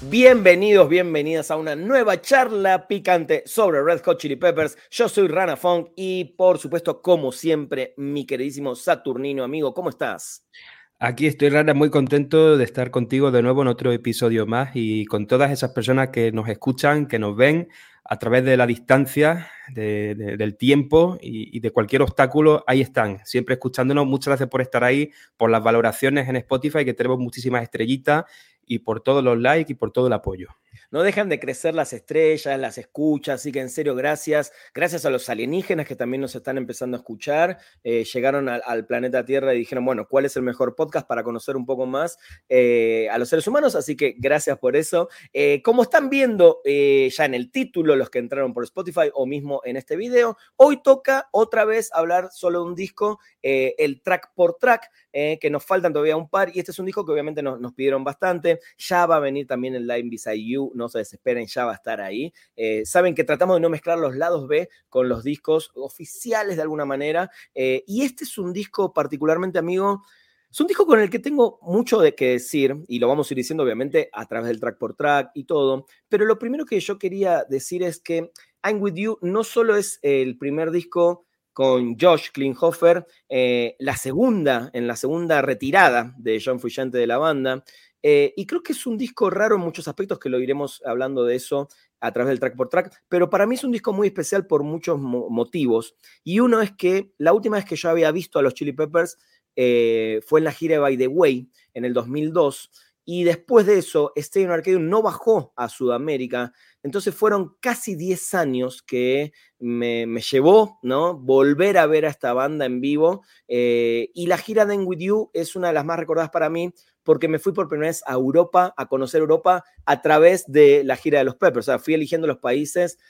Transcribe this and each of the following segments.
Bienvenidos, bienvenidas a una nueva charla picante sobre Red Hot Chili Peppers. Yo soy Rana Funk y, por supuesto, como siempre, mi queridísimo Saturnino amigo. ¿Cómo estás? Aquí estoy, Rana, muy contento de estar contigo de nuevo en otro episodio más y con todas esas personas que nos escuchan, que nos ven a través de la distancia, del tiempo y de cualquier obstáculo, ahí están, siempre escuchándonos. Muchas gracias por estar ahí, por las valoraciones en Spotify, que tenemos muchísimas estrellitas, y por todos los likes y por todo el apoyo. No dejan de crecer las estrellas, las escuchas, así que en serio, gracias. Gracias a los alienígenas que también nos están empezando a escuchar. Llegaron al planeta Tierra y dijeron, bueno, ¿cuál es el mejor podcast para conocer un poco más a los seres humanos? Así que gracias por eso. Como están viendo ya en el título, los que entraron por Spotify o mismo en este video, hoy toca otra vez hablar solo de un disco, el track por track, que nos faltan todavía un par, y este es un disco que obviamente nos pidieron bastante. Ya va a venir también el Live Beside You, no se desesperen, ya va a estar ahí. Saben que tratamos de no mezclar los lados B con los discos oficiales de alguna manera, y este es un disco particularmente, amigo, es un disco con el que tengo mucho de qué decir, y lo vamos a ir diciendo obviamente a través del track por track y todo, pero lo primero que yo quería decir es que I'm With You no solo es el primer disco con Josh Klinghoffer, en la segunda retirada de John Frusciante de la banda, y creo que es un disco raro en muchos aspectos, que lo iremos hablando de eso a través del track por track, pero para mí es un disco muy especial por muchos motivos, y uno es que la última vez que yo había visto a los Chili Peppers fue en la gira de By the Way en el 2002, y después de eso Stadium Arcadium no bajó a Sudamérica. Entonces fueron casi 10 años que me llevó, ¿no?, volver a ver a esta banda en vivo, y la gira de I'm With You es una de las más recordadas para mí, porque me fui por primera vez a Europa, a conocer Europa a través de la gira de los Peppers. O sea, fui eligiendo los países,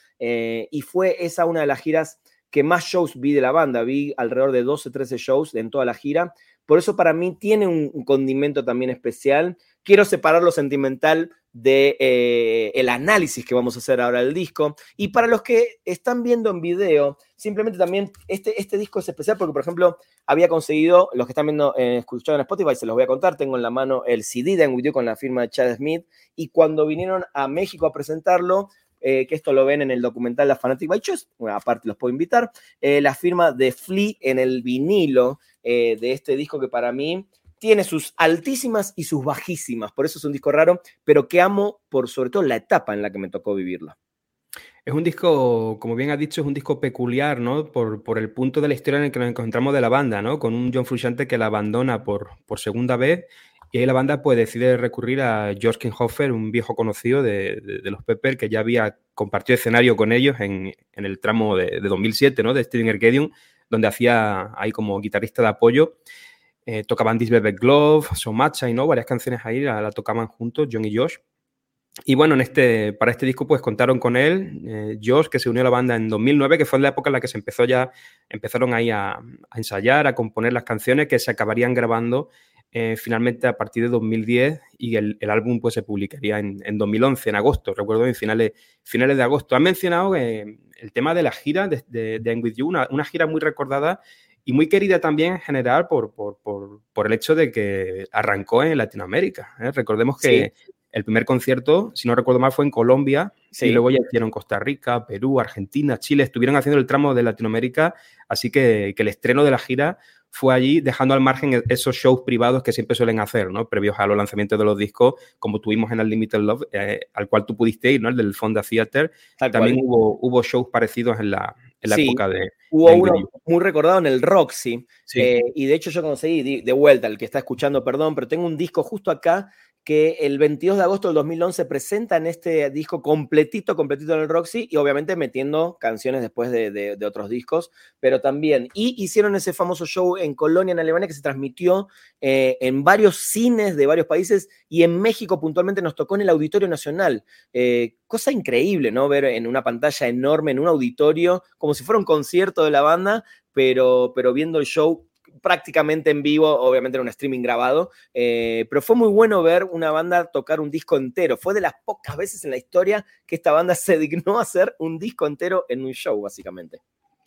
y fue esa una de las giras que más shows vi de la banda. Vi alrededor de 12, 13 shows en toda la gira. Por eso para mí tiene un condimento también especial. Quiero separar lo sentimental de el análisis que vamos a hacer ahora del disco. Y para los que están viendo en video, simplemente también este disco es especial porque, por ejemplo, había conseguido, los que están viendo, escuchando en Spotify, se los voy a contar, tengo en la mano el CD de I'm With You con la firma de Chad Smith, y cuando vinieron a México a presentarlo, que esto lo ven en el documental La Fanatic by Choice, bueno, aparte los puedo invitar, la firma de Flea en el vinilo de este disco, que para mí tiene sus altísimas y sus bajísimas, por eso es un disco raro, pero que amo por sobre todo la etapa en la que me tocó vivirla. Es un disco, como bien has dicho, es un disco peculiar, ¿no? Por el punto de la historia en el que nos encontramos de la banda, ¿no? Con un John Frusciante que la abandona por segunda vez, y ahí la banda pues decide recurrir a George Klinghoffer, un viejo conocido de los Peppers, que ya había compartido escenario con ellos en el tramo de 2007, ¿no? De Stadium Arcadium, donde hacía ahí como guitarrista de apoyo. Tocaban This Velvet Glove, So Much I Know, varias canciones ahí la tocaban juntos, John y Josh. Y bueno, para este disco pues contaron con él, Josh, que se unió a la banda en 2009, que fue la época en la que empezaron ahí a ensayar, a componer las canciones que se acabarían grabando finalmente a partir de 2010, y el álbum pues se publicaría en 2011, en agosto, recuerdo, en finales de agosto. Han mencionado el tema de la gira de I'm With You, una gira muy recordada y muy querida también en general por el hecho de que arrancó en Latinoamérica. Recordemos que Sí. El primer concierto, si no recuerdo mal, fue en Colombia, Sí. y luego ya hicieron Costa Rica, Perú, Argentina, Chile, estuvieron haciendo el tramo de Latinoamérica, así que el estreno de la gira fue allí, dejando al margen esos shows privados que siempre suelen hacer, ¿no?, previos a los lanzamientos de los discos, como tuvimos en Unlimited Love, al cual tú pudiste ir, ¿no?, el del Fonda Theater. Tal También cual. hubo shows parecidos en la Sí, época de hubo I'm With uno You. muy recordado en el Roxy, Sí. y de hecho yo conseguí, de vuelta, el que está escuchando, perdón, pero tengo un disco justo acá que el 22 de agosto del 2011 presentan este disco completito en el Roxy, y obviamente metiendo canciones después de otros discos, pero también, y hicieron ese famoso show en Colonia, en Alemania, que se transmitió en varios cines de varios países, y en México puntualmente nos tocó en el Auditorio Nacional. Cosa increíble, ¿no?, ver en una pantalla enorme, en un auditorio, como si fuera un concierto de la banda, pero viendo el show prácticamente en vivo, obviamente era un streaming grabado, pero fue muy bueno ver una banda tocar un disco entero. Fue de las pocas veces en la historia que esta banda se dignó a hacer un disco entero en un show, básicamente.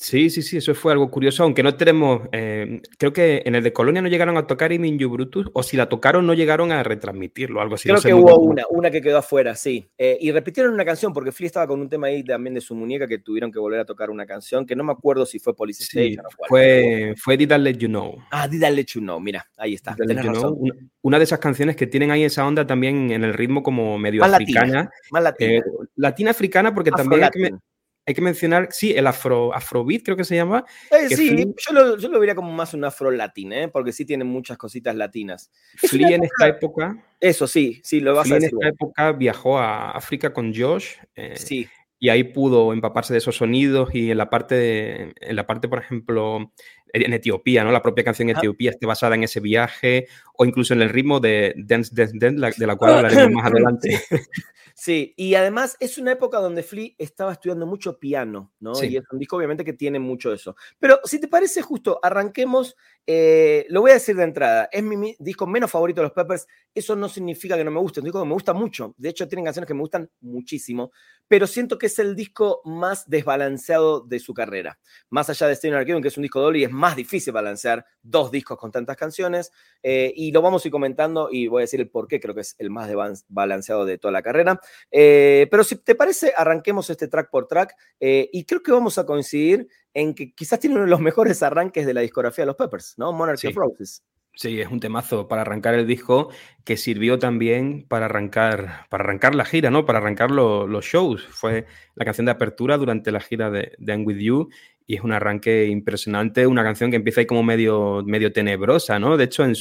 Sí, sí, sí, eso fue algo curioso, aunque no tenemos, creo que en el de Colonia no llegaron a tocar Imin You Brutus, o si la tocaron no llegaron a retransmitirlo, algo así, no Creo sé que muy hubo bien cómo fue. una que quedó afuera, sí. Y repitieron una canción, porque Flea estaba con un tema ahí también de su muñeca que tuvieron que volver a tocar una canción, que no me acuerdo si fue Police Sí, Station o cuál, pero bueno. fue Did I Let You Know. Ah, Did I Let You Know, mira, ahí está, Did I Let tenés You Know, razón. una de esas canciones que tienen ahí esa onda también en el ritmo como medio Más latina, africana, más latina. latina africana, porque también Afro-Latin. hay que mencionar, sí, el afrobeat creo que se llama, que Sí, yo lo vería como más un afro-latin, porque sí tiene muchas cositas latinas. Es una Flea en esta época, época eso sí, lo vas a Flea en decir esta vos. época viajó a África con Josh Sí. y ahí pudo empaparse de esos sonidos y en la parte, por ejemplo, en Etiopía, ¿no? La propia canción Ajá. Etiopía está basada en ese viaje o incluso en el ritmo de Dance, Dance, Dance, de la cual hablaremos más adelante. Sí. Sí, y además es una época donde Flea estaba estudiando mucho piano, ¿no? Y Sí, es un disco obviamente que tiene mucho de eso. Pero si te parece justo, arranquemos, lo voy a decir de entrada, es mi disco menos favorito de los Peppers, eso no significa que no me guste, es un disco que me gusta mucho, de hecho tienen canciones que me gustan muchísimo, pero siento que es el disco más desbalanceado de su carrera. Más allá de Stay in Arcadium, que es un disco doble y es más difícil balancear dos discos con tantas canciones, y lo vamos a ir comentando y voy a decir el por qué creo que es el más balanceado de toda la carrera. Pero si te parece, arranquemos este track por track y creo que vamos a coincidir en que quizás tiene uno de los mejores arranques de la discografía de los Peppers, ¿no? Monarchy of sí. Roses. Sí, es un temazo para arrancar el disco que sirvió también para arrancar la gira, ¿no? Para arrancar los shows. Fue la canción de apertura durante la gira de I'm With You y es un arranque impresionante, una canción que empieza ahí como medio tenebrosa, ¿no? De hecho,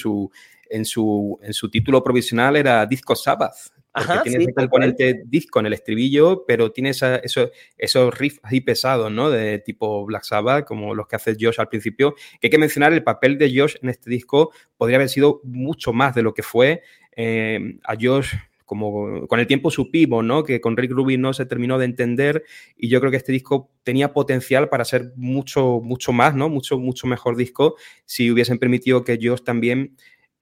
en su título provisional era Disco Sabbath, porque Ajá, tiene sí, ese tal cual. componente disco en el estribillo, pero tiene esos riffs ahí pesados, ¿no? De tipo Black Sabbath, como los que hace Josh al principio. Que hay que mencionar el papel de Josh en este disco podría haber sido mucho más de lo que fue. A Josh, como con el tiempo supimos, ¿no? Que con Rick Rubin no se terminó de entender y yo creo que este disco tenía potencial para ser mucho, mucho más, ¿no? Mucho, mucho mejor disco si hubiesen permitido que Josh también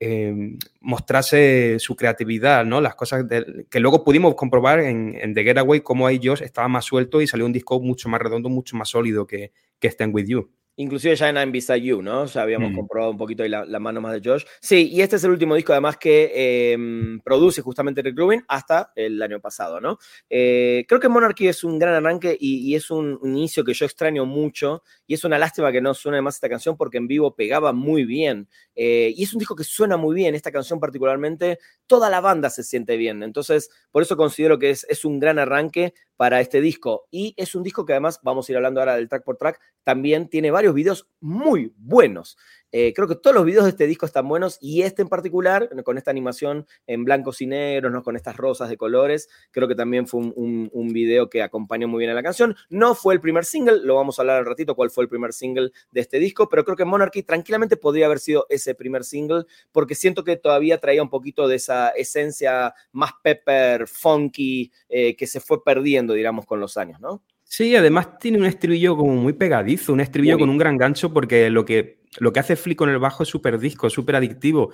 mostrase su creatividad, ¿no? Las cosas que luego pudimos comprobar en The Getaway, cómo ahí Josh estaba más suelto y salió un disco mucho más redondo, mucho más sólido que Stand With You. Inclusive ya en I'm Beside You, ¿no? Ya habíamos Mm. comprobado un poquito ahí la mano más de Josh. Sí, y este es el último disco además que produce justamente Rick Rubin hasta el año pasado, ¿no? Creo que Monarchy es un gran arranque y es un inicio que yo extraño mucho y es una lástima que no suene más esta canción porque en vivo pegaba muy bien. Y es un disco que suena muy bien, esta canción particularmente, toda la banda se siente bien. Entonces, por eso considero que es un gran arranque para este disco. Y es un disco que además, vamos a ir hablando ahora del track por track, también tiene varios videos muy buenos. Creo que todos los videos de este disco están buenos y este en particular, con esta animación en blancos y negros, ¿no? Con estas rosas de colores, creo que también fue un video que acompañó muy bien a la canción. No fue el primer single, lo vamos a hablar al ratito cuál fue el primer single de este disco, pero creo que Monarchy tranquilamente podría haber sido ese primer single porque siento que todavía traía un poquito de esa esencia más pepper, funky, que se fue perdiendo, digamos, con los años, ¿no? Sí, además tiene un estribillo como muy pegadizo, un estribillo Muy. con un gran gancho porque lo que hace Flea con el bajo es súper disco, súper adictivo.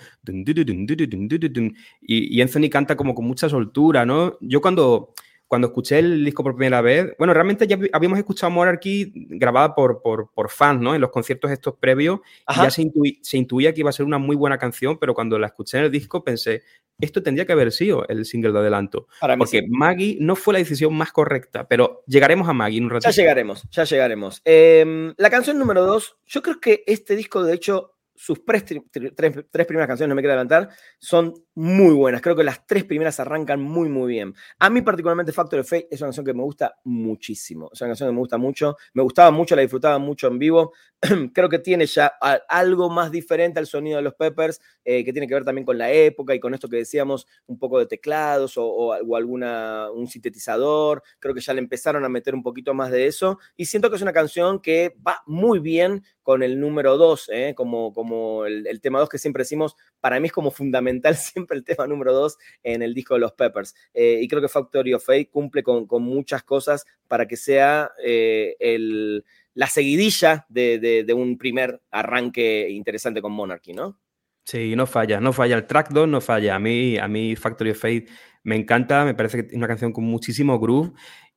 Y Anthony canta como con mucha soltura, ¿no? Yo cuando escuché el disco por primera vez, bueno, realmente ya habíamos escuchado Monarchy grabada por fans, ¿no? En los conciertos estos previos y ya Ajá. se intuía que iba a ser una muy buena canción, pero cuando la escuché en el disco pensé, esto tendría que haber sido el single de adelanto. Para mí sí. Porque Maggie no fue la decisión más correcta, pero llegaremos a Maggie en un Ya ratito. llegaremos, ya llegaremos. La canción número 2, yo creo que este disco, de hecho, sus tres primeras canciones, no me quiero adelantar, son muy buenas. Creo que las tres primeras arrancan muy, muy bien. A mí particularmente Factory of Fate es una canción que me gusta muchísimo. Es una canción que me gusta mucho. Me gustaba mucho, la disfrutaba mucho en vivo. Creo que tiene ya algo más diferente al sonido de los Peppers, que tiene que ver también con la época y con esto que decíamos, un poco de teclados o un sintetizador. Creo que ya le empezaron a meter un poquito más de eso. Y siento que es una canción que va muy bien con el número 2, como el tema 2 que siempre decimos, para mí es como fundamental siempre el tema número 2 en el disco de los Peppers. Y creo que Factory of Fate cumple con muchas cosas para que sea la seguidilla de un primer arranque interesante con Monarchy, ¿no? Sí, no falla, no falla. El track 2 no falla. A mí Factory of Fate me encanta, me parece que es una canción con muchísimo groove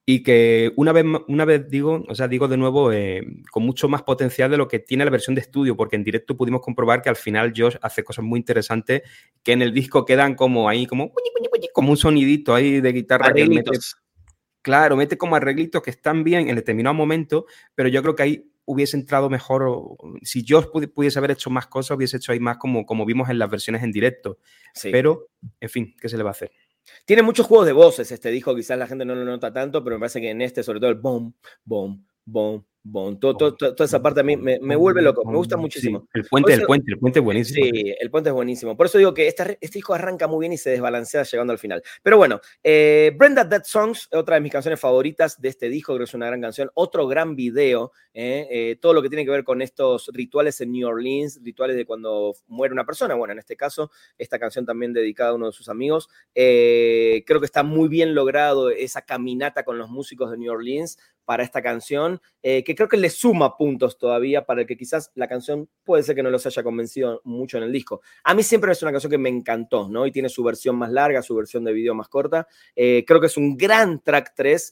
y que una vez digo, o sea, digo de nuevo, con mucho más potencial de lo que tiene la versión de estudio, porque en directo pudimos comprobar que al final Josh hace cosas muy interesantes que en el disco quedan como ahí, como un sonidito ahí de guitarra que mete, claro, mete como arreglitos que están bien en determinado momento, pero yo creo que ahí hubiese entrado mejor, si Josh pudiese haber hecho más cosas, hubiese hecho ahí más como vimos en las versiones en directo. Sí. Pero, en fin, ¿qué se le va a hacer? Tiene muchos juegos de voces este disco, quizás la gente no lo nota tanto, pero me parece que en este, sobre todo el bom, bom, bom, bom, toda esa parte a mí me vuelve loco, me gusta muchísimo. Sí, el puente es buenísimo. Sí, el puente es buenísimo. Por eso digo que este disco arranca muy bien y se desbalancea llegando al final. Pero bueno, Brenda Dead Songs, otra de mis canciones favoritas de este disco, creo que es una gran canción, otro gran video, todo lo que tiene que ver con estos rituales en New Orleans, rituales de cuando muere una persona, bueno, en este caso, esta canción también dedicada a uno de sus amigos, creo que está muy bien logrado esa caminata con los músicos de New Orleans para esta canción, que creo que le suma puntos todavía para el que quizás la canción puede ser que no los haya convencido mucho en el disco. A mí siempre es una canción que me encantó, ¿no? Y tiene su versión más larga, su versión de video más corta. Creo que es un gran track 3.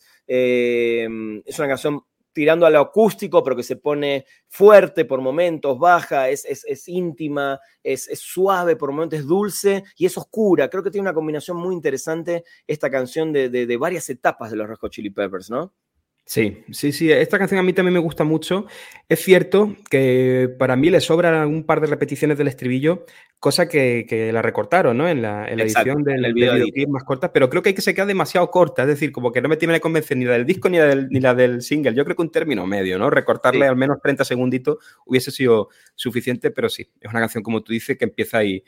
Es una canción tirando a lo acústico, pero que se pone fuerte por momentos, baja, es íntima, es suave por momentos, es dulce y es oscura. Creo que tiene una combinación muy interesante esta canción de varias etapas de los Red Hot Chili Peppers, ¿no? Sí. Esta canción a mí también me gusta mucho. Es cierto que para mí le sobran un par de repeticiones del estribillo, cosa que la recortaron, ¿no? En la edición del videoclip más corta, pero creo que se queda demasiado corta, es decir, como que no me tiene que convencer ni la del disco ni la del single. Yo creo que un término medio, ¿no? Recortarle al menos 30 segunditos hubiese sido suficiente, pero sí, es una canción, como tú dices, que empieza ahí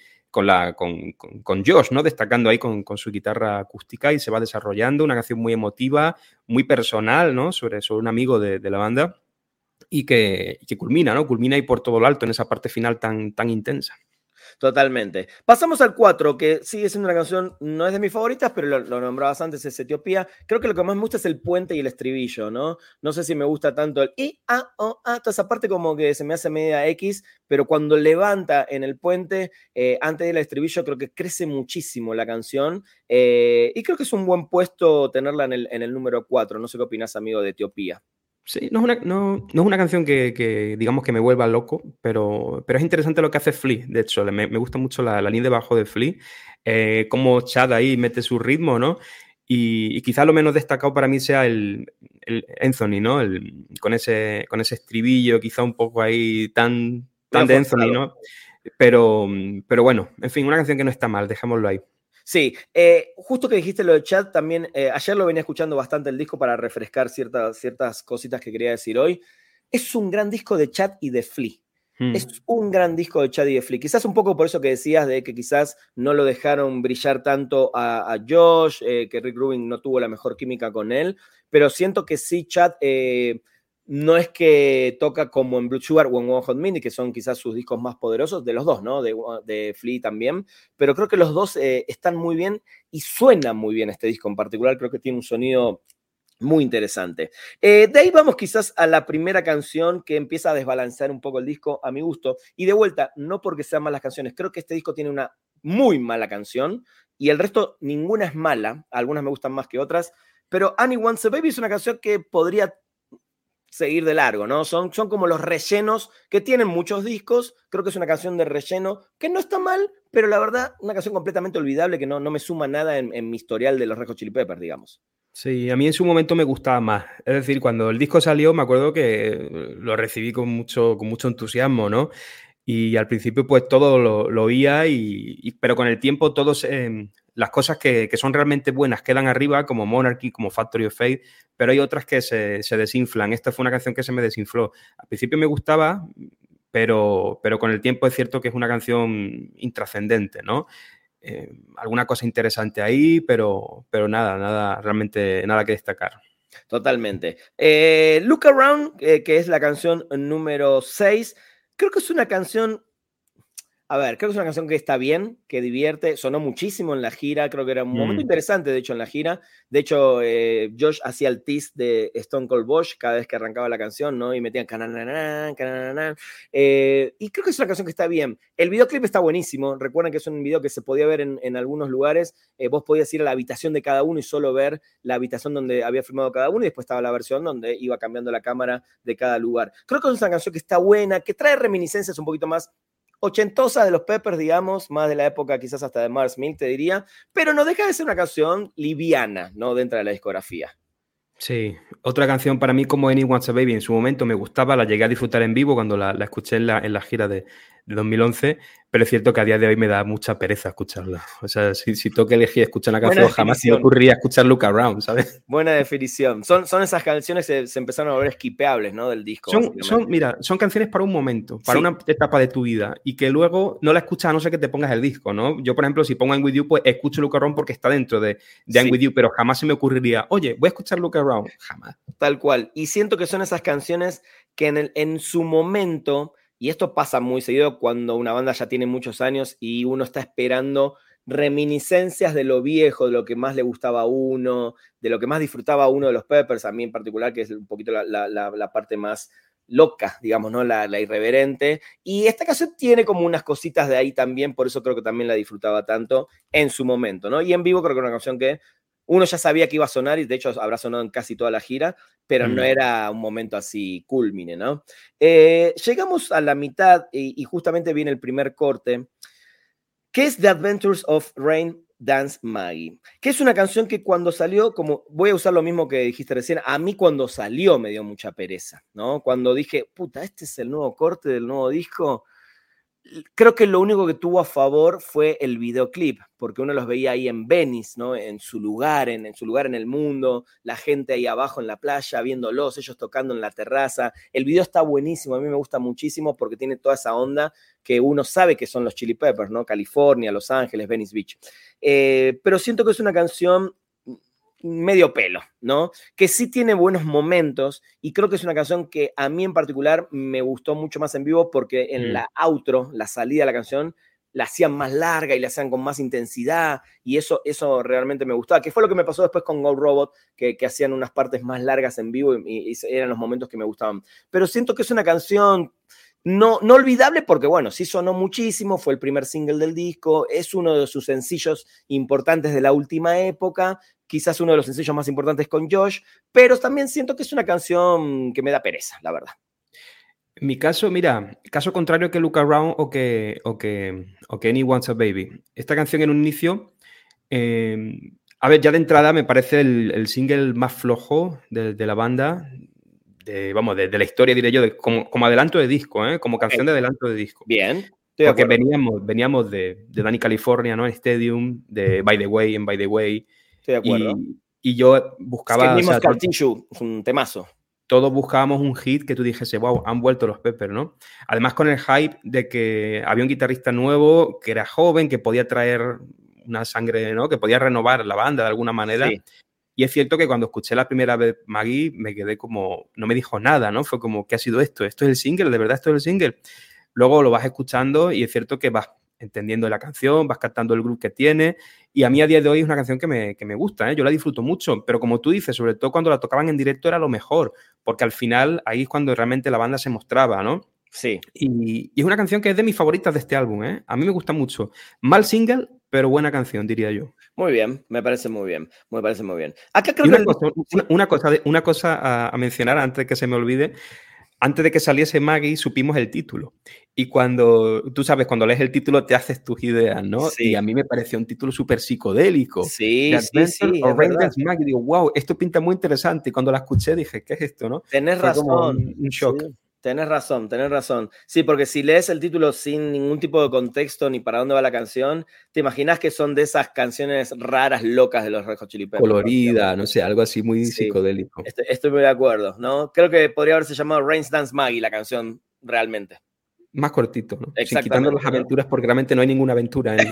con Josh, ¿no? Destacando ahí con su guitarra acústica y se va desarrollando, una canción muy emotiva, muy personal, ¿no? Sobre un amigo de la banda y que culmina, ¿no? Culmina ahí por todo lo alto en esa parte final tan intensa. Totalmente. Pasamos al 4, que sigue siendo una canción, no es de mis favoritas, pero lo nombrabas antes, es Etiopía. Creo que lo que más me gusta es el puente y el estribillo, ¿no? No sé si me gusta tanto el I, A, O, A, toda esa parte como que se me hace media X, pero cuando levanta en el puente, antes del estribillo, creo que crece muchísimo la canción. Y creo que es un buen puesto tenerla en el número 4. No sé qué opinas, amigo, de Etiopía. Sí, no es una canción que digamos que me vuelva loco, pero es interesante lo que hace Flea, de hecho, me gusta mucho la línea de bajo de Flea, cómo Chad ahí mete su ritmo, ¿no? Y quizá lo menos destacado para mí sea el Anthony, ¿no? Con ese estribillo quizá un poco ahí tan de Anthony, ¿no? Pero bueno, en fin, una canción que no está mal, dejémoslo ahí. Sí, justo que dijiste lo de Chad, también ayer lo venía escuchando bastante el disco para refrescar ciertas cositas que quería decir hoy. Es un gran disco de Chad y de Flea. Es un gran disco de Chad y de Flea. Quizás un poco por eso que decías de que quizás no lo dejaron brillar tanto a Josh, que Rick Rubin no tuvo la mejor química con él, pero siento que sí, Chad no es que toca como en Blood Sugar o en One Hot Minute, que son quizás sus discos más poderosos, de los dos, ¿no? De Flea también, pero creo que los dos están muy bien y suenan muy bien este disco en particular, creo que tiene un sonido muy interesante. De ahí vamos quizás a la primera canción que empieza a desbalancear un poco el disco a mi gusto, y de vuelta, no porque sean malas canciones, creo que este disco tiene una muy mala canción, y el resto ninguna es mala, algunas me gustan más que otras, pero Annie Wants a Baby es una canción que podría seguir de largo, ¿no? Son como los rellenos que tienen muchos discos. Creo que es una canción de relleno que no está mal, pero la verdad, una canción completamente olvidable que no me suma nada en mi historial de los Red Hot Chili Peppers, digamos. Sí, a mí en su momento me gustaba más. Es decir, cuando el disco salió, me acuerdo que lo recibí con mucho entusiasmo, ¿no? Y al principio, pues todo lo oía, pero con el tiempo, las cosas que son realmente buenas quedan arriba, como Monarchy, como Factory of Faith, pero hay otras que se desinflan. Esta fue una canción que se me desinfló. Al principio me gustaba, pero con el tiempo es cierto que es una canción intrascendente, ¿no? Alguna cosa interesante ahí, pero nada, realmente nada que destacar. Totalmente. Look Around, que es la canción número 6, creo que es una canción, A ver, creo que es una canción que está bien, que divierte, sonó muchísimo en la gira, creo que era un momento interesante, de hecho, en la gira. De hecho, Josh hacía el tease de Stone Cold Bosch cada vez que arrancaba la canción, ¿no? Y metían cananana, cananana. Y creo que es una canción que está bien. El videoclip está buenísimo. Recuerden que es un video que se podía ver en algunos lugares. Vos podías ir a la habitación de cada uno y solo ver la habitación donde había filmado cada uno, y después estaba la versión donde iba cambiando la cámara de cada lugar. Creo que es una canción que está buena, que trae reminiscencias un poquito más ochentosa de los Peppers, digamos, más de la época quizás hasta de Mars Milk, te diría, pero no deja de ser una canción liviana, ¿no? Dentro de la discografía. Sí, otra canción para mí como Anyone's a Baby en su momento me gustaba, la llegué a disfrutar en vivo cuando la escuché en la gira de 2011, pero es cierto que a día de hoy me da mucha pereza escucharla. O sea, si tengo que elegir escuchar una canción, jamás se me ocurriría escuchar Look Around, ¿sabes? Buena definición. Son esas canciones que se empezaron a volver skipeables, ¿no? Del disco. Mira, son canciones para un momento, para una etapa de tu vida, y que luego no la escuchas a no ser que te pongas el disco, ¿no? Yo, por ejemplo, si pongo I'm With You, pues escucho Look Around porque está dentro de I'm With You, pero jamás se me ocurriría, oye, voy a escuchar Look Around. Jamás. Tal cual. Y siento que son esas canciones que en su momento, y esto pasa muy seguido cuando una banda ya tiene muchos años y uno está esperando reminiscencias de lo viejo, de lo que más le gustaba a uno, de lo que más disfrutaba a uno de los Peppers, a mí en particular, que es un poquito la parte más loca, digamos, ¿no? La irreverente. Y esta canción tiene como unas cositas de ahí también, por eso creo que también la disfrutaba tanto en su momento, ¿no? Y en vivo creo que era una canción que uno ya sabía que iba a sonar, y de hecho habrá sonado en casi toda la gira, pero no era un momento así culmine, ¿no? Llegamos a la mitad y justamente viene el primer corte, que es The Adventures of Rain Dance Maggie, que es una canción que cuando salió, como voy a usar lo mismo que dijiste recién, a mí cuando salió me dio mucha pereza, ¿no? Cuando dije, puta, este es el nuevo corte del nuevo disco. Creo que lo único que tuvo a favor fue el videoclip, porque uno los veía ahí en Venice, ¿no? En su lugar, en su lugar en el mundo, la gente ahí abajo en la playa viéndolos, ellos tocando en la terraza. El video está buenísimo, a mí me gusta muchísimo porque tiene toda esa onda que uno sabe que son los Chili Peppers, ¿no? California, Los Ángeles, Venice Beach. Pero siento que es una canción medio pelo, ¿no? Que sí tiene buenos momentos, y creo que es una canción que a mí en particular me gustó mucho más en vivo porque en la outro, la salida de la canción, la hacían más larga y la hacían con más intensidad, y eso realmente me gustaba, que fue lo que me pasó después con Go Robot, que hacían unas partes más largas en vivo y eran los momentos que me gustaban. Pero siento que es una canción no olvidable porque, bueno, sí sonó muchísimo, fue el primer single del disco, es uno de sus sencillos importantes de la última época, quizás uno de los sencillos más importantes con Josh, pero también siento que es una canción que me da pereza, la verdad. En mi caso, mira, caso contrario que Look Around o que Anyone's a Baby. Esta canción en un inicio, a ver, ya de entrada me parece el single más flojo de la banda, de la historia, diré yo, como adelanto de disco, como canción de adelanto de disco. Bien. Porque veníamos de Danny California, ¿no? En Stadium, de By the Way, en By the Way. Estoy de acuerdo. Y yo buscaba... Es que mismo Scar Tissue es un temazo. Todos buscábamos un hit que tú dijese, wow, han vuelto los Peppers, ¿no? Además con el hype de que había un guitarrista nuevo, que era joven, que podía traer una sangre, ¿no? Que podía renovar la banda de alguna manera. Sí. Y es cierto que cuando escuché la primera vez Maggie, me quedé como... No me dijo nada, ¿no? Fue como, ¿qué ha sido esto? ¿Esto es el single? ¿De verdad esto es el single? Luego lo vas escuchando y es cierto que vas entendiendo la canción, vas captando el groove que tiene, y a mí a día de hoy es una canción que me gusta, ¿eh? Yo la disfruto mucho, pero como tú dices, sobre todo cuando la tocaban en directo era lo mejor, porque al final ahí es cuando realmente la banda se mostraba, ¿no? Sí. Y es una canción que es de mis favoritas de este álbum, ¿eh? A mí me gusta mucho. Mal single, pero buena canción, diría yo. Muy bien, me parece muy bien, me parece muy bien. Acá creo una cosa a mencionar antes de que se me olvide. Antes de que saliese Maggie, supimos el título. Y cuando, tú sabes, cuando lees el título te haces tus ideas, ¿no? Sí. Y a mí me pareció un título súper psicodélico. Sí, sí. Maggie, digo, wow, esto pinta muy interesante. Y cuando la escuché dije, ¿qué es esto, no? Tenés razón. Como un shock. Sí. Tenés razón. Sí, porque si lees el título sin ningún tipo de contexto ni para dónde va la canción, te imaginas que son de esas canciones raras, locas de los Red Hot Chili Peppers. Colorida, no sé, algo así muy psicodélico. Estoy muy de acuerdo, ¿no? Creo que podría haberse llamado Rain's Dance Maggie la canción, realmente. Más cortito, ¿no? Sin quitando las aventuras, porque realmente no hay ninguna aventura en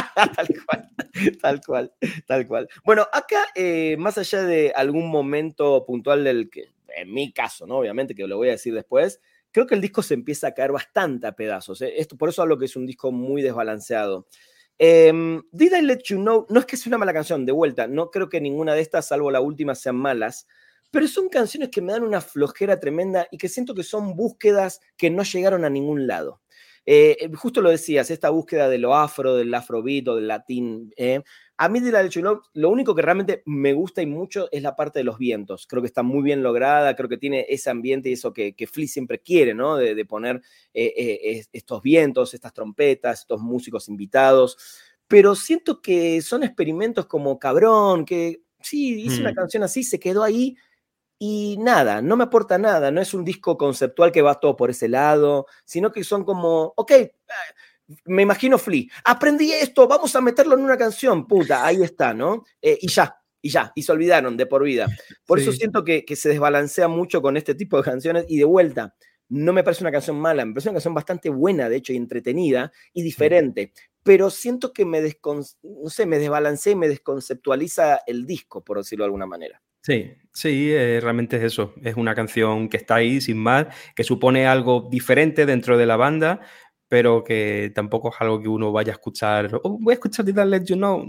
Tal cual. Bueno, acá, más allá de algún momento puntual del que, en mi caso, ¿no? Obviamente, que lo voy a decir después, creo que el disco se empieza a caer bastante a pedazos. Por eso hablo que es un disco muy desbalanceado. Did I Let You Know, no es que sea una mala canción, de vuelta, no creo que ninguna de estas, salvo la última, sean malas, pero son canciones que me dan una flojera tremenda y que siento que son búsquedas que no llegaron a ningún lado. Justo lo decías, esta búsqueda de lo afro, del afrobeat o del latín. A mí de la Let You Know, lo único que realmente me gusta y mucho es la parte de los vientos. Creo que está muy bien lograda, creo que tiene ese ambiente y eso que Flea siempre quiere, ¿no? De poner estos vientos, estas trompetas, estos músicos invitados. Pero siento que son experimentos como Cabrón, que sí, hice una canción así, se quedó ahí. Y nada, no me aporta nada, no es un disco conceptual que va todo por ese lado, sino que son como, ok, me imagino Flea, aprendí esto, vamos a meterlo en una canción, puta, ahí está, ¿no? Y se olvidaron de por vida. Por eso siento que se desbalancea mucho con este tipo de canciones y de vuelta, no me parece una canción mala, me parece una canción bastante buena, de hecho, y entretenida y diferente, pero siento que me desbalancea y me desconceptualiza el disco, por decirlo de alguna manera. Sí, realmente es eso. Es una canción que está ahí sin más, que supone algo diferente dentro de la banda, pero que tampoco es algo que uno vaya a escuchar. Oh, voy a escuchar Did I Let You Know.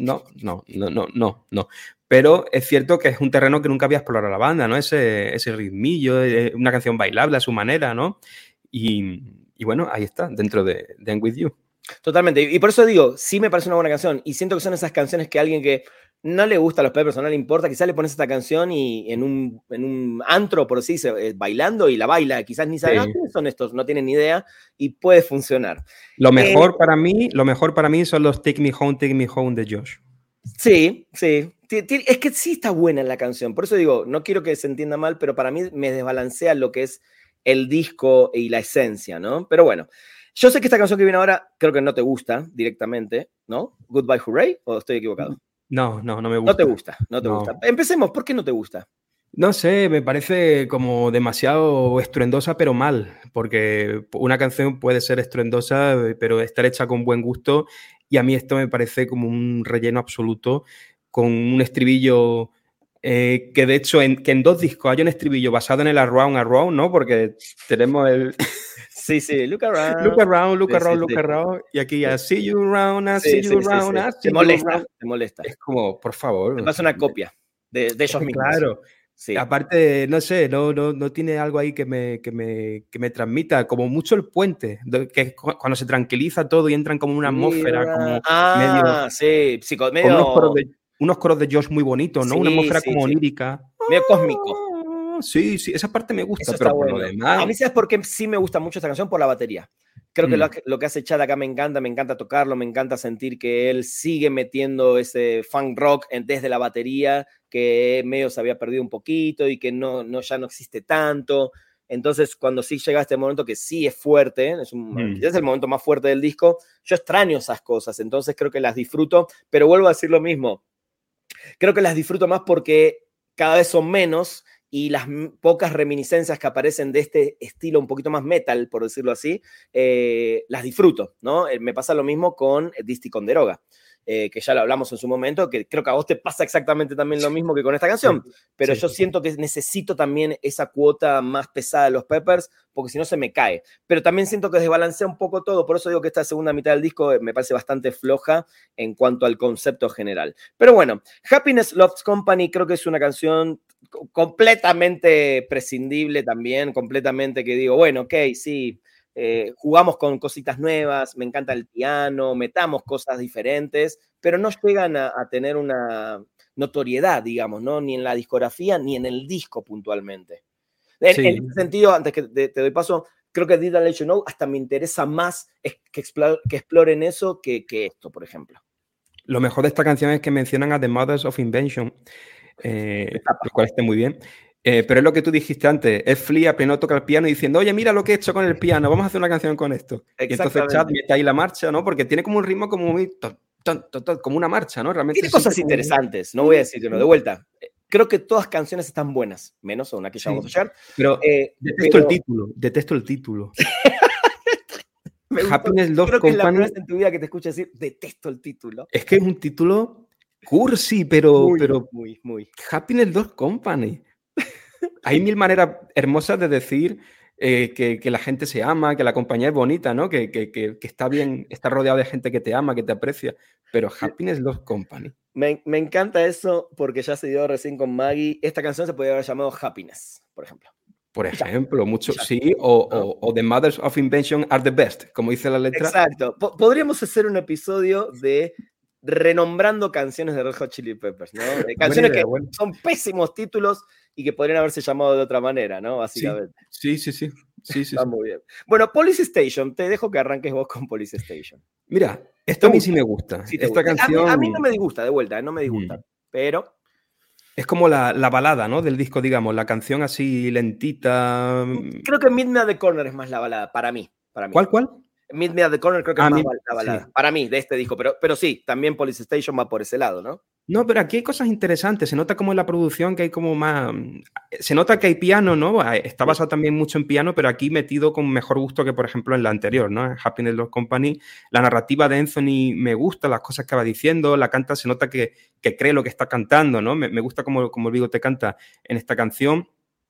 No. Pero es cierto que es un terreno que nunca había explorado la banda, ¿no? Ese ritmillo, una canción bailable a su manera, ¿no? Y bueno, ahí está, dentro de I'm With You. Totalmente, y por eso digo, sí me parece una buena canción, y siento que son esas canciones que a alguien que no le gusta a los Peppers o no le importa, quizás le pones esta canción y en un antro, por así, bailando y la baila, quizás ni sabe, ¿quiénes son estos? No tienen ni idea, y puede funcionar. Lo mejor para mí son los Take Me Home de Josh. Sí, es que sí está buena en la canción, por eso digo, no quiero que se entienda mal, pero para mí me desbalancea lo que es el disco y la esencia, ¿no? Pero bueno, yo sé que esta canción que viene ahora creo que no te gusta directamente, ¿no? Goodbye Hooray, ¿o estoy equivocado? No me gusta. No te gusta. Empecemos, ¿por qué no te gusta? No sé, me parece como demasiado estruendosa, pero mal, porque una canción puede ser estruendosa, pero estar hecha con buen gusto, y a mí esto me parece como un relleno absoluto, con un estribillo que de hecho que en 2 discos hay un estribillo basado en el Around, ¿no? Porque tenemos el... Sí, look around. Look around. Y aquí I see you around, I see you around. Te molesta. Es como, por favor. Te pasa una copia de ellos mismos. Claro. Sí. Aparte, no sé, no tiene algo ahí que me transmita, como mucho el puente, que cuando se tranquiliza todo y entran como una atmósfera, como medio... Sí, medio... unos coros de Josh muy bonitos, ¿no? Una atmósfera como onírica. Medio cósmico. Sí, esa parte me gusta, eso pero está por bueno. lo demás... A mí, ¿sabes por qué sí me gusta mucho esta canción? Por la batería. Creo que lo que hace Chad acá me encanta tocarlo, me encanta sentir que él sigue metiendo ese funk rock desde la batería, que medio se había perdido un poquito y que ya no existe tanto. Entonces, cuando sí llega este momento que sí es fuerte, es el momento más fuerte del disco, yo extraño esas cosas, entonces creo que las disfruto, pero vuelvo a decir lo mismo. Creo que las disfruto más porque cada vez son menos y las pocas reminiscencias que aparecen de este estilo un poquito más metal, por decirlo así, las disfruto, ¿no? Me pasa lo mismo con This Ticonderoga, que ya lo hablamos en su momento, que creo que a vos te pasa exactamente también lo mismo que con esta canción, pero yo siento que necesito también esa cuota más pesada de los Peppers, porque si no se me cae. Pero también siento que desbalancea un poco todo, por eso digo que esta segunda mitad del disco me parece bastante floja en cuanto al concepto general. Pero bueno, Happiness Loves Company creo que es una canción completamente prescindible también, completamente que digo, bueno, ok, sí, jugamos con cositas nuevas, me encanta el piano, metamos cosas diferentes, pero no llegan a tener una notoriedad, digamos, ¿no? Ni en la discografía ni en el disco puntualmente. En ese sentido, antes que te doy paso, creo que Did I Let You Know hasta me interesa más que exploren eso que esto, por ejemplo. Lo mejor de esta canción es que mencionan a The Mothers of Invention, lo cual está muy bien. Pero es lo que tú dijiste antes, es Flea pleno toca el piano y diciendo, oye, mira lo que he hecho con el piano, vamos a hacer una canción con esto. Y entonces Chad mete ahí la marcha, ¿no? Porque tiene como un ritmo como muy... como una marcha, ¿no? Realmente tiene cosas interesantes, no voy a decir que no, de vuelta. Creo que todas canciones están buenas, menos una que ya vamos a escuchar. Pero detesto el título. Happiness Loves Company. Creo que es la primera vez en tu vida que te escucho decir, detesto el título. Es que es un título cursi, pero muy. Happiness Loves Company. Hay mil maneras hermosas de decir que la gente se ama, que la compañía es bonita, ¿no? Que está bien, está rodeado de gente que te ama, que te aprecia, pero Happiness Loves Company. Me encanta eso porque ya se dio recién con Maggie. Esta canción se podría haber llamado Happiness, por ejemplo. Por ejemplo, mucho, ya, sí, ¿no? o The Mothers of Invention are the best, como dice la letra. Exacto. Podríamos hacer un episodio de renombrando canciones de Red Hot Chili Peppers, ¿no? Canciones idea, que son pésimos títulos y que podrían haberse llamado de otra manera, ¿no? Básicamente. Sí. Está muy bien. Bueno, Police Station, te dejo que arranques vos con Police Station. Mira, esto a mí sí me gusta. Sí Esta gusta. canción... A mí no me disgusta, de vuelta, no me disgusta, pero... Es como la balada, ¿no? Del disco, digamos, la canción así lentita. Creo que Meet Me at the Corner es más la balada, para mí. ¿Cuál? Meet Me at the Corner creo que es más la balada, sí. para mí, de este disco, pero sí, también Police Station va por ese lado, ¿no? No, pero aquí hay cosas interesantes. Se nota como en la producción que hay como más... Se nota que hay piano, ¿no? Está basado también mucho en piano, pero aquí metido con mejor gusto que, por ejemplo, en la anterior, ¿no? En Happiness Loves Company. La narrativa de Anthony me gusta, las cosas que va diciendo, la canta, se nota que cree lo que está cantando, ¿no? Me gusta como el Vigo te canta en esta canción.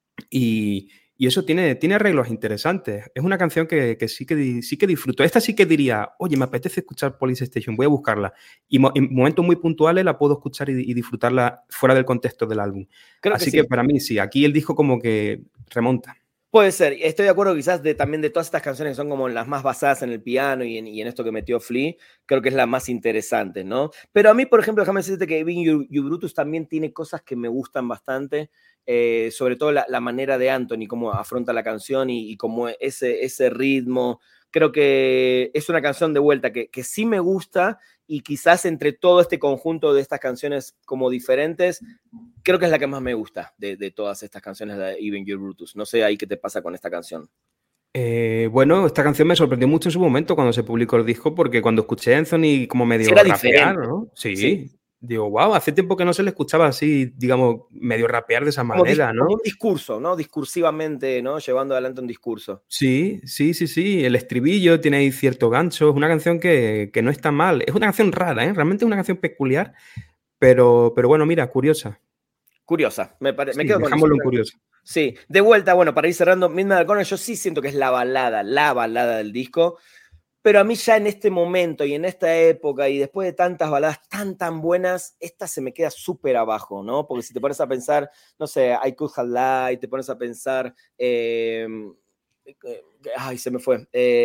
Y eso tiene arreglos interesantes. Es una canción que sí que disfruto. Esta sí que diría, oye, me apetece escuchar Police Station, voy a buscarla. Y en momentos muy puntuales la puedo escuchar y disfrutarla fuera del contexto del álbum. Así que para mí sí, aquí el disco como que remonta. Puede ser, estoy de acuerdo quizás también de todas estas canciones que son como las más basadas en el piano y en esto que metió Flea, creo que es la más interesante, ¿no? Pero a mí, por ejemplo, déjame decirte que Even You Brutus también tiene cosas que me gustan bastante, sobre todo la manera de Anthony, cómo afronta la canción y cómo ese ritmo. Creo que es una canción de vuelta que sí me gusta y quizás entre todo este conjunto de estas canciones como diferentes, creo que es la que más me gusta de todas estas canciones de Even You Brutus. No sé ahí qué te pasa con esta canción. Bueno, esta canción me sorprendió mucho en su momento cuando se publicó el disco, porque cuando escuché a Anthony como medio era rapear, diferente. ¿no? Sí. Digo, wow, hace tiempo que no se le escuchaba así, digamos, medio rapear de esa manera, ¿no? Como un discurso, ¿no? Discursivamente, ¿no? Llevando adelante un discurso. Sí. El estribillo tiene ahí cierto gancho. Es una canción que no está mal. Es una canción rara, ¿eh? Realmente es una canción peculiar, pero bueno, mira, curiosa. Curiosa. Me Sí, quedo con dejámoslo eso. en curioso. Sí, de vuelta, bueno, para ir cerrando, Midnight Corner, yo sí siento que es la balada del disco. Pero a mí ya en este momento y en esta época y después de tantas baladas tan buenas, esta se me queda súper abajo, ¿no? Porque si te pones a pensar, no sé, I Could Have Lied, te pones a pensar, ay, se me fue.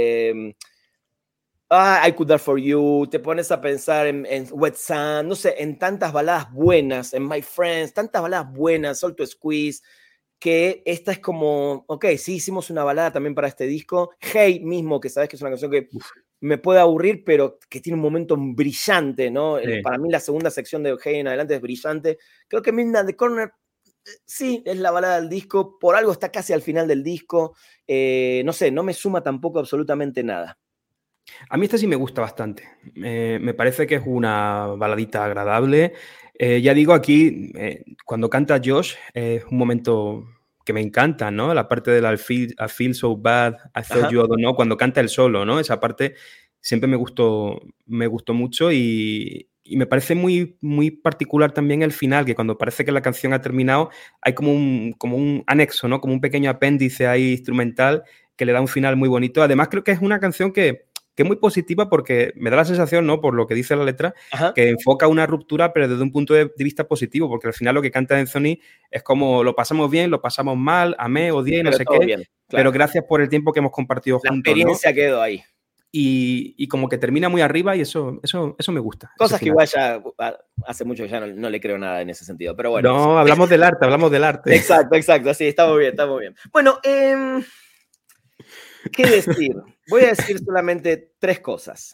I Could Die For You, te pones a pensar en Wet Sand, no sé, en tantas baladas buenas, en My Friends, tantas baladas buenas, Soul to Squeeze, que esta es como, ok, sí hicimos una balada también para este disco. Hey mismo, que sabes que es una canción que me puede aburrir, pero que tiene un momento brillante, ¿no? Sí. Para mí la segunda sección de Hey en adelante es brillante. Creo que Midnight at the Corner, sí, es la balada del disco, por algo está casi al final del disco. No sé, no me suma tampoco absolutamente nada. A mí esta sí me gusta bastante. Me parece que es una baladita agradable. Ya digo, aquí, cuando canta Josh, es un momento que me encanta, ¿no? La parte del I feel so bad, I thought you ought to know, cuando canta el solo, ¿no? Esa parte siempre me gustó mucho y me parece muy particular también el final, que cuando parece que la canción ha terminado, hay como un anexo, ¿no? Como un pequeño apéndice ahí instrumental que le da un final muy bonito. Además, creo que es una canción que es muy positiva porque me da la sensación, ¿no? Por lo que dice la letra, que enfoca una ruptura, pero desde un punto de vista positivo, porque al final lo que canta Anthony es como lo pasamos bien, lo pasamos mal, amé, odié, no sé qué, bien, claro. pero gracias por el tiempo que hemos compartido juntos, la experiencia, ¿no? Quedó ahí. Y como que termina muy arriba y eso me gusta. Cosas que igual ya hace mucho que ya no le creo nada en ese sentido, pero bueno. No, hablamos del arte. Exacto, sí, estamos bien. Bueno, ¿qué decir? Voy a decir solamente 3 cosas.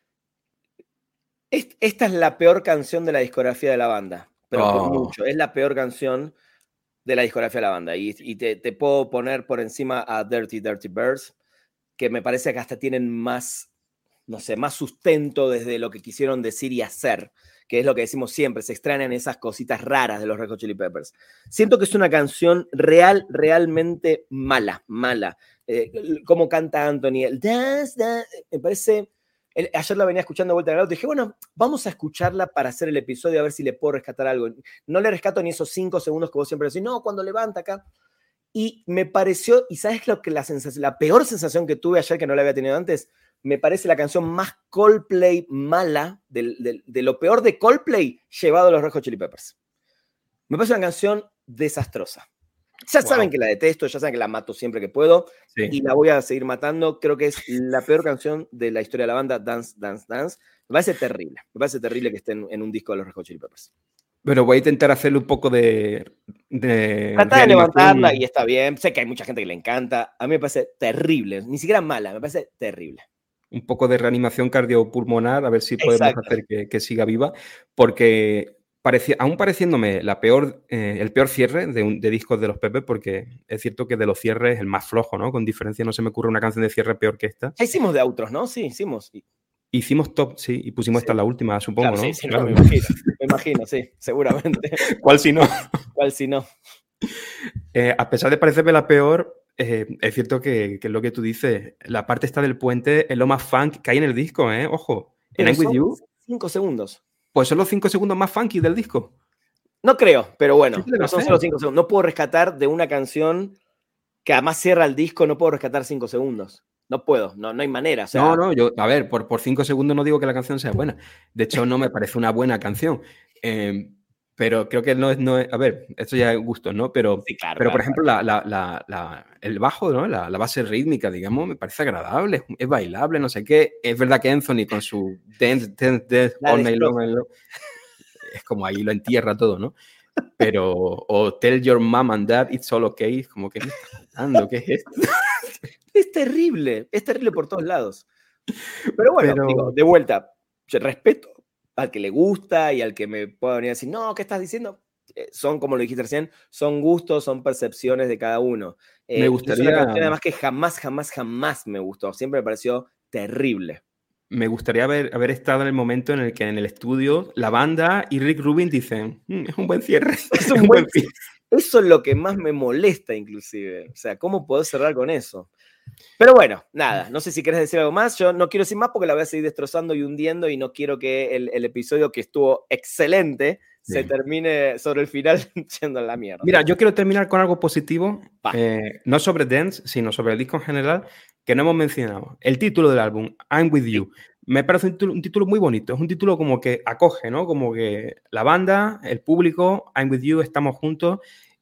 Esta es la peor canción de la discografía de la banda, pero por mucho. Es la peor canción de la discografía de la banda. Y te puedo poner por encima a Dirty Dirty Birds, que me parece que hasta tienen más, no sé, más sustento desde lo que quisieron decir y hacer, que es lo que decimos siempre, se extrañan esas cositas raras de los Red Hot Chili Peppers. Siento que es una canción realmente mala. Como canta Anthony, el dance, me parece... Ayer la venía escuchando de vuelta al auto y dije, bueno, vamos a escucharla para hacer el episodio a ver si le puedo rescatar algo. No le rescato ni esos 5 segundos que vos siempre decís, no, cuando levanta acá. Y me pareció, y ¿sabes lo que la peor sensación que tuve ayer que no la había tenido antes? Me parece la canción más Coldplay mala, de lo peor de Coldplay llevado a los Red Hot Chili Peppers. Me parece una canción desastrosa. Ya saben que la detesto, ya saben que la mato siempre que puedo, y la voy a seguir matando. Creo que es la peor canción de la historia de la banda, Dance, Dance, Dance. Me parece terrible que esté en un disco de los Red Hot Chili Peppers. Pero voy a intentar hacerle un poco de Trata de levantarla y está bien. Sé que hay mucha gente que le encanta. A mí me parece terrible, ni siquiera mala, me parece terrible. Un poco de reanimación cardiopulmonar, a ver si podemos hacer que siga viva, porque aún pareciéndome el peor cierre de discos de los Pepe, porque es cierto que de los cierres el más flojo, ¿no? Con diferencia no se me ocurre una canción de cierre peor que esta. Ya hicimos de outros, ¿no? Sí, hicimos. Hicimos top, sí, y pusimos esta en la última, supongo, claro, ¿no? Sí, claro. No, me imagino, sí, seguramente. ¿Cuál si no? ¿Cuál si no? A pesar de parecerme la peor, es cierto que es lo que tú dices, la parte esta del puente es lo más funk que hay en el disco, ¿eh? Ojo, en I'm With You. 5 segundos. Pues son los 5 segundos más funky del disco. No creo, pero bueno, no son solo 5 segundos. No puedo rescatar de una canción que además cierra el disco, no puedo rescatar 5 segundos. No puedo, no hay manera. O sea, no, yo, a ver, por 5 segundos no digo que la canción sea buena. De hecho, no me parece una buena canción. Pero creo que no es. A ver, esto ya es gusto, ¿no? Pero, sí, claro, por ejemplo, el bajo, ¿no? La base rítmica, digamos, me parece agradable, es bailable, no sé qué. Es verdad que Anthony con su Dance, All Night Long, es como ahí lo entierra todo, ¿no? Pero, o Tell Your Mom and Dad It's All Okay, como que me está contando, ¿qué es esto? Es terrible por todos lados. Pero bueno, digo, de vuelta, respeto al que le gusta y al que me pueda venir a decir, no, ¿qué estás diciendo? Son, como lo dijiste recién, son gustos, son percepciones de cada uno. Me gustaría... Es una canción además que jamás me gustó. Siempre me pareció terrible. Me gustaría haber estado en el momento en el que en el estudio la banda y Rick Rubin dicen, es un buen cierre. Es un buen cierre. Eso es lo que más me molesta, inclusive. O sea, ¿cómo puedo cerrar con eso? Pero bueno, nada, no sé si querés decir algo más. Yo no quiero decir más porque la voy a seguir destrozando y hundiendo y no quiero que el episodio, que estuvo excelente, se termine sobre el final yendo a la mierda. Mira, yo quiero terminar con algo positivo, no sobre Dance, sino sobre el disco en general, que no hemos mencionado. El título del álbum, I'm With You. Me parece un título muy bonito. Es un título como que acoge, ¿no? Como que la banda, el público, I'm With You, estamos juntos.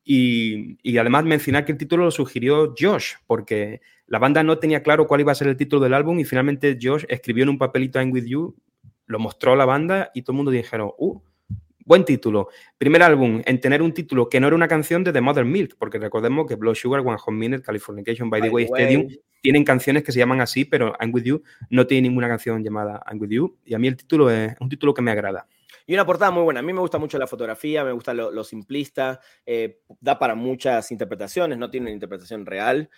Y además mencionar que el título lo sugirió Josh, porque la banda no tenía claro cuál iba a ser el título del álbum y finalmente Josh escribió en un papelito I'm With You, lo mostró a la banda y todo el mundo dijeron, buen título. Primer álbum en tener un título que no era una canción de The Mother Milk, porque recordemos que Blood Sugar, One Hot Minute, Californication, By the Way, Stadium tienen canciones que se llaman así, pero I'm With You no tiene ninguna canción llamada I'm With You, y a mí el título es un título que me agrada. Y una portada muy buena. A mí me gusta mucho la fotografía, me gusta lo simplista, da para muchas interpretaciones, no tiene una interpretación real.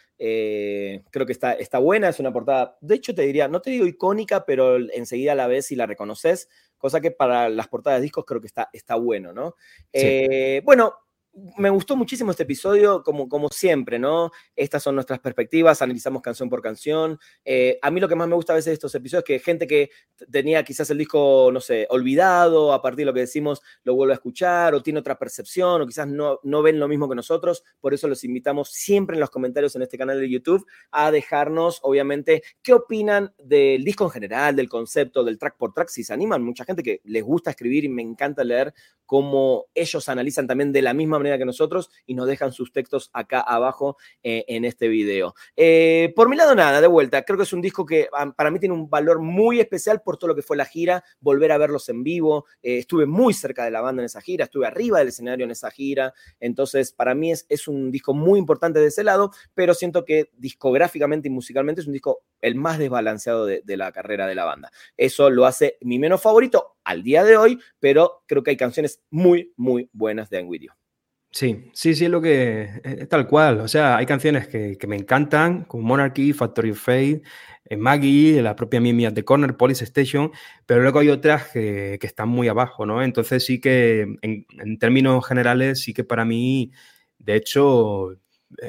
Creo que está buena, es una portada, de hecho te diría, no te digo icónica, pero enseguida la ves y la reconoces, cosa que para las portadas de discos creo que está bueno, ¿no? Sí. Bueno, me gustó muchísimo este episodio, como siempre, ¿no? Estas son nuestras perspectivas, analizamos canción por canción. A mí lo que más me gusta a veces de estos episodios es que gente que tenía quizás el disco, no sé, olvidado, a partir de lo que decimos, lo vuelve a escuchar, o tiene otra percepción, o quizás no ven lo mismo que nosotros. Por eso los invitamos siempre en los comentarios en este canal de YouTube a dejarnos, obviamente, qué opinan del disco en general, del concepto, del track por track, si se animan. Mucha gente que les gusta escribir y me encanta leer cómo ellos analizan también de la misma manera que nosotros y nos dejan sus textos acá abajo en este video. Por mi lado, nada, de vuelta. Creo que es un disco que para mí tiene un valor muy especial por todo lo que fue la gira, volver a verlos en vivo. Estuve muy cerca de la banda en esa gira, estuve arriba del escenario en esa gira. Entonces, para mí es un disco muy importante de ese lado, pero siento que discográficamente y musicalmente es un disco el más desbalanceado de la carrera de la banda. Eso lo hace mi menos favorito al día de hoy, pero creo que hay canciones muy, muy buenas de I'm With You. Sí, es lo que es tal cual. O sea, hay canciones que me encantan, como Monarchy, Factory of Faith, Maggie, la propia Meet Me at the Corner, Police Station, pero luego hay otras que están muy abajo, ¿no? Entonces sí que, en términos generales, sí que para mí, de hecho,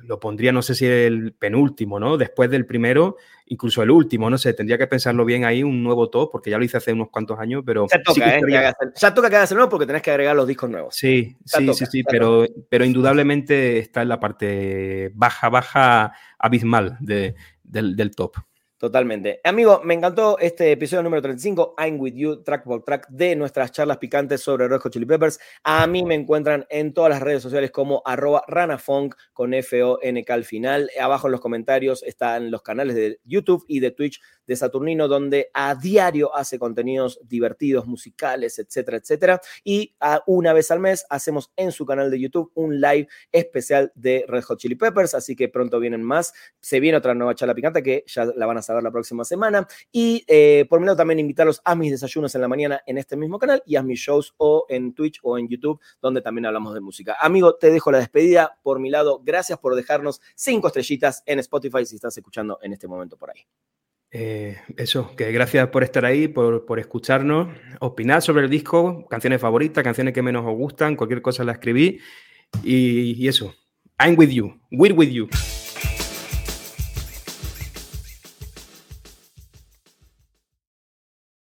lo pondría, no sé si el penúltimo, ¿no? Después del primero, incluso el último, no sé, tendría que pensarlo bien ahí, un nuevo top, porque ya lo hice hace unos cuantos años, pero Ya toca, sí que estaría... ya toca que hagas el nuevo porque tenés que agregar los discos nuevos. Sí, pero indudablemente está en la parte baja, abismal del top. Totalmente. Amigo, me encantó este episodio número 35, I'm With You, track por track, de nuestras charlas picantes sobre Red Hot Chili Peppers. A mí me encuentran en todas las redes sociales como @ranafunk con FONK al final. Abajo en los comentarios están los canales de YouTube y de Twitch de Saturnino, donde a diario hace contenidos divertidos, musicales, etcétera, etcétera. Y una vez al mes hacemos en su canal de YouTube un live especial de Red Hot Chili Peppers, así que pronto vienen más. Se viene otra nueva charla picante que ya la van a saber la próxima semana. Y por mi lado también invitarlos a mis desayunos en la mañana en este mismo canal y a mis shows o en Twitch o en YouTube, donde también hablamos de música. Amigo, te dejo la despedida. Por mi lado, gracias por dejarnos 5 estrellitas en Spotify si estás escuchando en este momento por ahí. Eso, que gracias por estar ahí, por escucharnos, opinar sobre el disco, canciones favoritas, canciones que menos os gustan, cualquier cosa la escribí y eso. I'm with you, we're with you.